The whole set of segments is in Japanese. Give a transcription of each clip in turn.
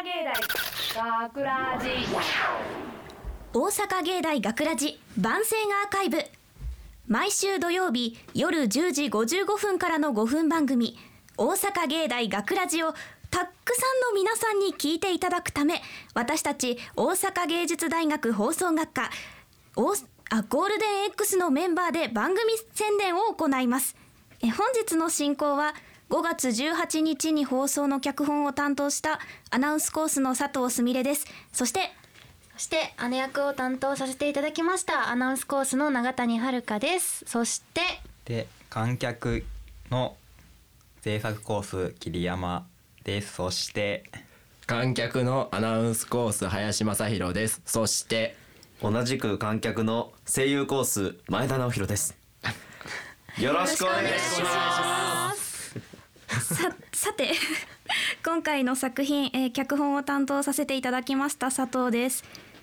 芸大学ラジ大阪芸大学ラジ番宣アーカイブ、毎週土曜日夜10時55分からの5分番組大阪芸大学ラジをたくさんの皆さんに聞いていただくため、私たち大阪芸術大学放送学科ゴールデン X のメンバーで番組宣伝を行います。本日の進行は5月18日に放送の脚本を担当したアナウンスコースの佐藤すみれです。そして姉役を担当させていただきましたアナウンスコースの永谷遥です。そして観客の制作コース桐山です。そして観客のアナウンスコース林正弘です。そして同じく観客の声優コース前田直弘です。よろしくお願いします。 さて今回の作品、脚本を担当させていただきました佐藤です。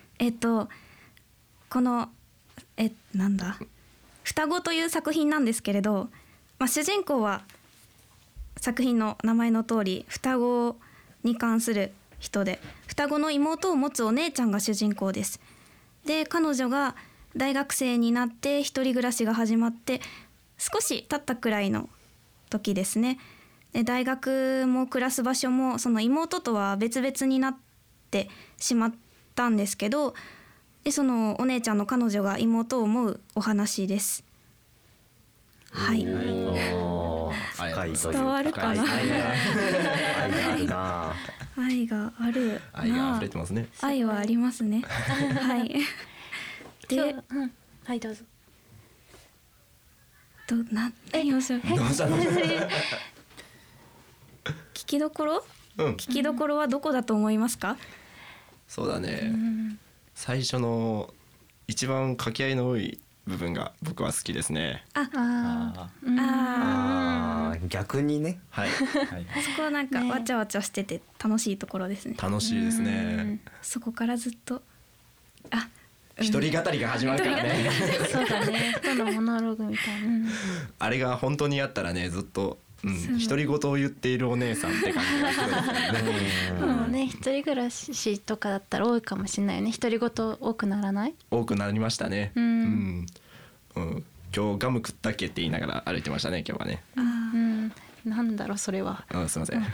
この双子という作品なんですけれど、主人公は作品の名前の通り双子に関する人で、双子の妹を持つお姉ちゃんが主人公です。で、彼女が大学生になって一人暮らしが始まって少し経ったくらいの時ですね。で、大学も暮らす場所もその妹とは別々になってしまったんですけど、でそのお姉ちゃんの彼女が妹を思うお話です。はい。 深いという伝わるかな。 愛があるな。 愛があるな。 愛が溢れてますね。 愛はありますね。はい。で、 はいどうぞ。 何をする？ どうしたの？ 聞きどころ？聞きどころはどこだと思いますか？ そうだね。最初の一番掛け合いの多い部分が僕は好きですね。 逆にね。 はい。 そこはなんかわちゃわちゃしてて楽しいところですね。 楽しいですね。 そこからずっと一人語りが始まるからね。 そうだね。人のモノローグみたいな。 あれが本当にあったらね、ずっと独り言を言っているお姉さんって感じがするんですよね。 もうね、一人暮らしとかだったら多いかもしれないよね。独り言多くならない？ 多くなりましたね。今日ガム食ったっけって言いながら歩いてましたね、今日はね。 なんだろうそれは。 すいません。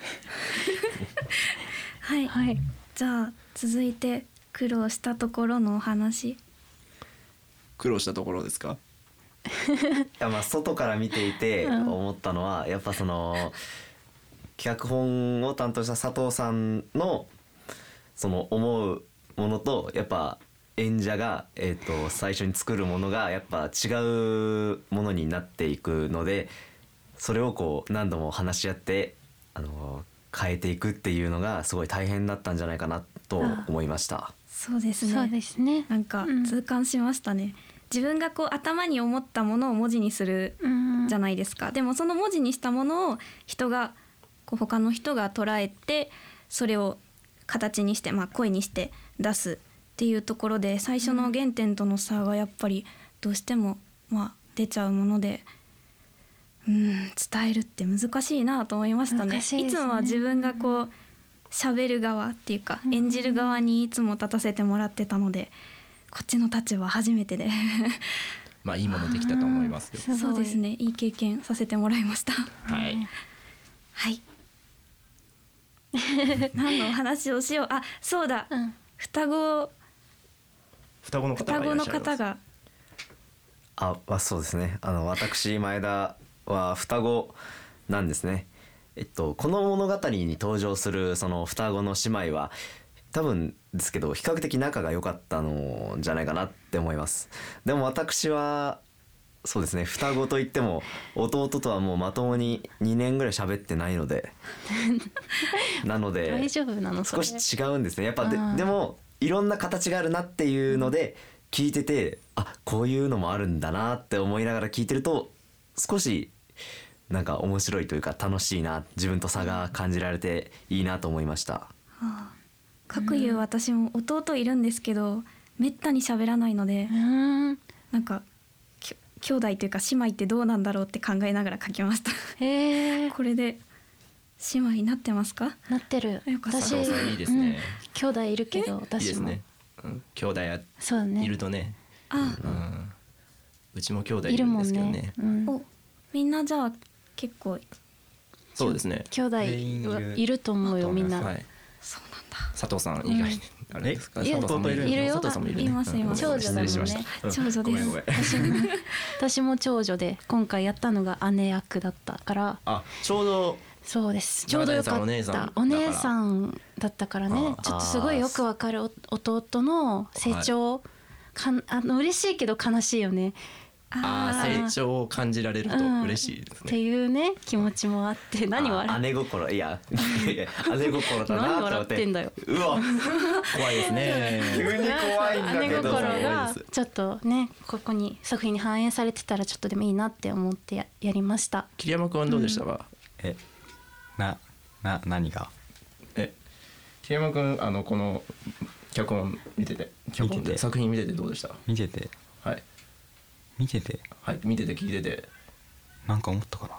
はい。じゃあ続いて苦労したところのお話。 苦労したところですか？ いや、外から見ていて思ったのは、やっぱその脚本を担当した佐藤さんのその思うものと、やっぱ演者が最初に作るものがやっぱ違うものになっていくので、それをこう何度も話し合って変えていくっていうのがすごい大変だったんじゃないかなと思いました。 そうですね。 そうですね。 なんか痛感しましたね。自分がこう頭に思ったものを文字にするじゃないですか。でもその文字にしたものを他の人が捉えて、それを形にして、声にして出すっていうところで、最初の原点との差がやっぱりどうしても出ちゃうもので、伝えるって難しいなと思いましたね。いつもは自分がこう喋る側っていうか、演じる側にいつも立たせてもらってたので、こっちの立場初めてでいいものできたと思いますよ。 そうですね。いい経験させてもらいました。 はい。 何のお話をしよう。そうだ。双子の方がそうですね。私前田は双子なんですね。この物語に登場するその双子の姉妹は多分ですけど比較的仲が良かったのじゃないかなって思います。でも私はそうですね、双子といっても弟とはもうまともに2年ぐらい喋ってないのでなので大丈夫なの？ 少し違うんですね。やっぱでもいろんな形があるなっていうので聞いてて、こういうのもあるんだなって思いながら聞いてると、少しなんか面白いというか楽しいな、自分と差が感じられていいなと思いました。 かくいう私も弟いるんですけど、めったに喋らないので、なんか兄弟というか姉妹ってどうなんだろうって考えながら書きました。これで姉妹になってますか？ なってる。 よかった。 私佐藤さんいいですね、 兄弟いるけどいい私も。 ですね、兄弟そうだね。 いるとね、 あ、 うちも兄弟いいるもんるんですけどねね。うんお、みんなじゃあ結構そうですね、 兄弟はいると思うよみんな。 はい、 そうなんだ。 佐藤さん以外にあれですか、 いや佐藤さんもいるいるよ佐藤さんもいるね、 いますいます長女だもんね失礼しました長女ですごめんごめん私も長女で今回やったのが姉役だったからあ、ちょうどそうです。ちょうどよかっ長谷さんた。お姉さんだったからね。ちょっとすごいよくわかる弟の成長、嬉しいけど悲しいよね。 成長を感じられると嬉しいですってね、 いうね気持ちもあって、何笑姉心、いや姉心だ何なと思笑っっててんだよ。 うわ怖いですね急に怖いんだ姉けど心がちょっとねここに作品に反映されてたらちょっとでもいいなって思ってやりました。 桐山君はどうでしたか？ 何が？ 桐山君この脚本見てて作品見ててどうでした？ 見ててはい見ててはい、見てて聞いててなんか思ったかな。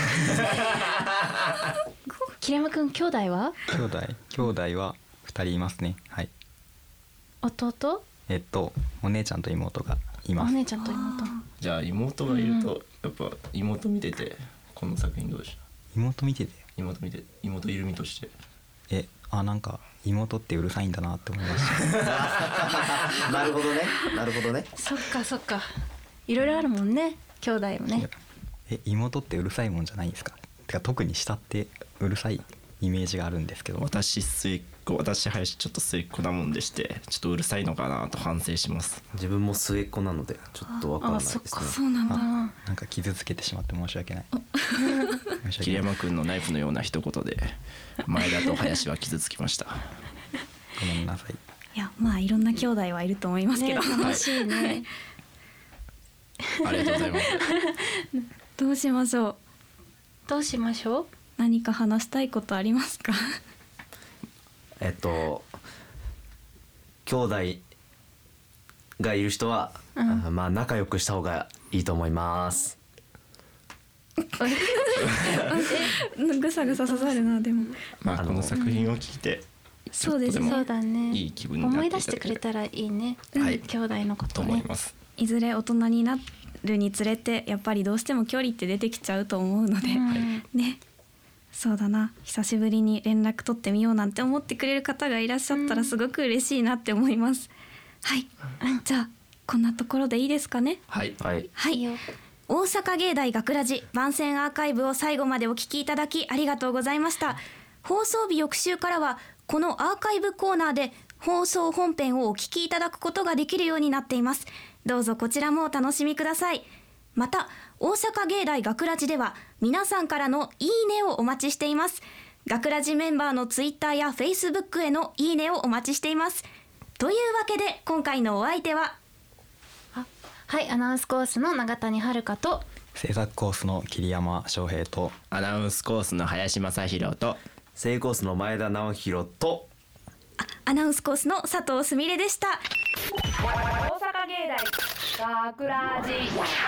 桐山くん兄弟は？ 兄弟は2人いますね。はい。 弟？ お姉ちゃんと妹がいます。 お姉ちゃんと妹。 じゃあ妹がいると、やっぱ妹見ててこの作品どうでした？ 妹見てて妹見て妹いる身としてなんか妹ってうるさいんだなって思いましたなるほどね、なるほどね。 そっかそっか。いろいろあるもんね兄弟もね。 妹ってうるさいもんじゃないんですか？てか特に下ってうるさいイメージがあるんですけど。 私林ちょっと末っ子なもんでしてちょっとうるさいのかなと反省します。 自分も末っ子なのでちょっとわからないですね。 そうなんだ。 なんか傷つけてしまって申し訳ない。 桐山くんのナイフのような一言で前田と林は傷つきました。 ごめんなさい。 いや、まあいろんな兄弟はいると思いますけど、 ね、楽しいね。 ありがとうございます。 どうしましょう。 どうしましょう。 何か話したいことありますか？ 兄弟がいる人は、まあ仲良くした方がいいと思います。 ぐさぐさ刺さるな。でもまあこの作品を聞いてそうですね。 そうだね。 いい気分になって思い出してくれたらいいね。 はい兄弟のこととね。 思います。 いずれ大人になるにつれてやっぱりどうしても距離って出てきちゃうと思うので、ね。そうだな、久しぶりに連絡取ってみようなんて思ってくれる方がいらっしゃったらすごく嬉しいなって思います。はい、じゃあこんなところでいいですかね。 はいはいはい、大阪芸大学ラジ番宣アーカイブを最後までお聞きいただきありがとうございました。放送日翌週からはこのアーカイブコーナーで放送本編をお聞きいただくことができるようになっています。どうぞこちらもお楽しみください。また大阪芸大学ラジでは皆さんからのいいねをお待ちしています。学ラジメンバーのツイッターやフェイスブックへのいいねをお待ちしています。というわけで今回のお相手ははい、アナウンスコースの永谷遥と制作コースの桐山翔平とアナウンスコースの林正弘と正コースの前田直弘とアナウンスコースの佐藤すみれでした。 大阪芸大学ラジ。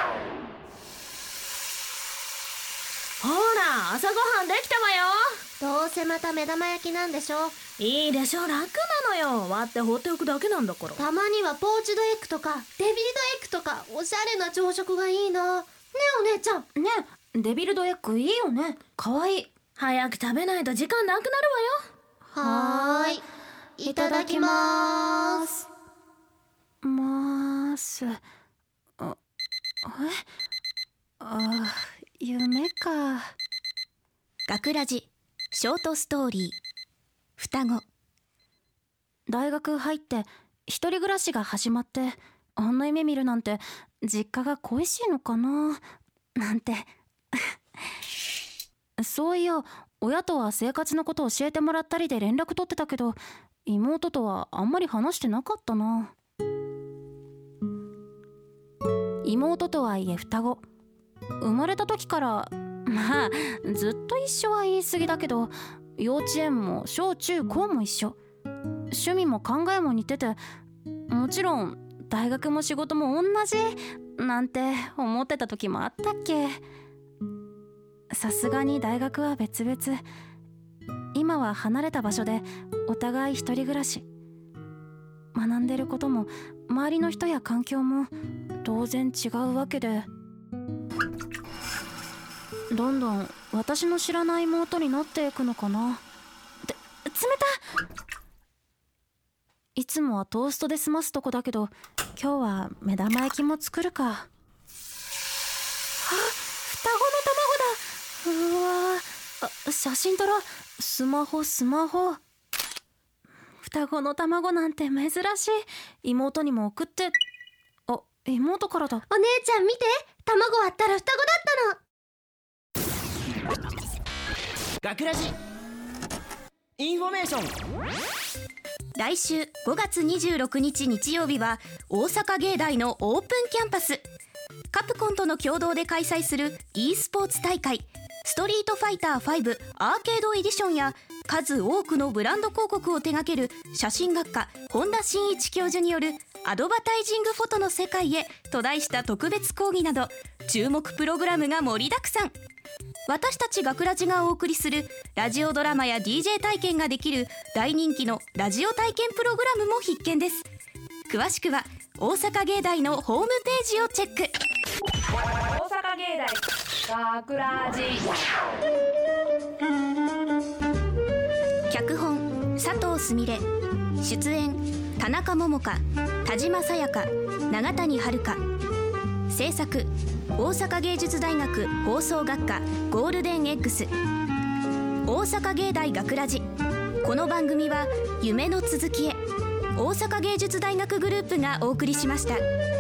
ほら、朝ごはんできたわよ。 どうせまた目玉焼きなんでしょ。 いいでしょ、楽なのよ。割って放っておくだけなんだから。 たまにはポーチドエッグとかデビルドエッグとかおしゃれな朝食がいいな。ねえお姉ちゃん。 ね、デビルドエッグいいよね。かわいい。早く食べないと時間なくなるはーい、いただきまーす。 夢か。 学ラジショートストーリー双子。 大学入って一人暮らしが始まってあんな夢見るなんて実家が恋しいのかななんてそういや親とは生活のことを教えてもらったりで連絡取ってたけど妹とはあんまり話してなかったな。妹とはいえ双子。生まれた時からまあずっと一緒は言い過ぎだけど幼稚園も小中高も一緒。趣味も考えも似ててもちろん大学も仕事も同じなんて思ってた時もあったっけ。さすがに大学は別々 今は離れた場所でお互い一人暮らし。学んでることも周りの人や環境も当然違うわけで、どんどん私の知らない妹になっていくのかな。冷た！いつもはトーストで済ますとこだけど、今日は目玉焼きも作るか。あ、双子の卵だ。うわー、写真撮ろう。スマホ。双子の卵なんて珍しい。妹にも送って。あ、妹からだ。 お姉ちゃん見て、卵割ったら双子だったの。 学ラジインフォメーション。 来週5月26日日曜日は大阪芸大のオープンキャンパス。カプコンとの共同で開催する e スポーツ大会ストリートファイター5アーケードエディションや数多くのブランド広告を手掛ける写真学科本田真一教授によるアドバタイジングフォトの世界へと題した特別講義など注目プログラムが盛りだくさん。私たち学ラジがお送りするラジオドラマや DJ 体験ができる大人気のラジオ体験プログラムも必見です。詳しくは大阪芸大のホームページをチェック。 大阪芸大学ラジ。 脚本佐藤すみれ、出演田中桃佳、田島さやか、永谷遥香、制作大阪芸術大学放送学科ゴールデン X、 大阪芸大学ラジ。この番組は夢の続きへ大阪芸術大学グループがお送りしました。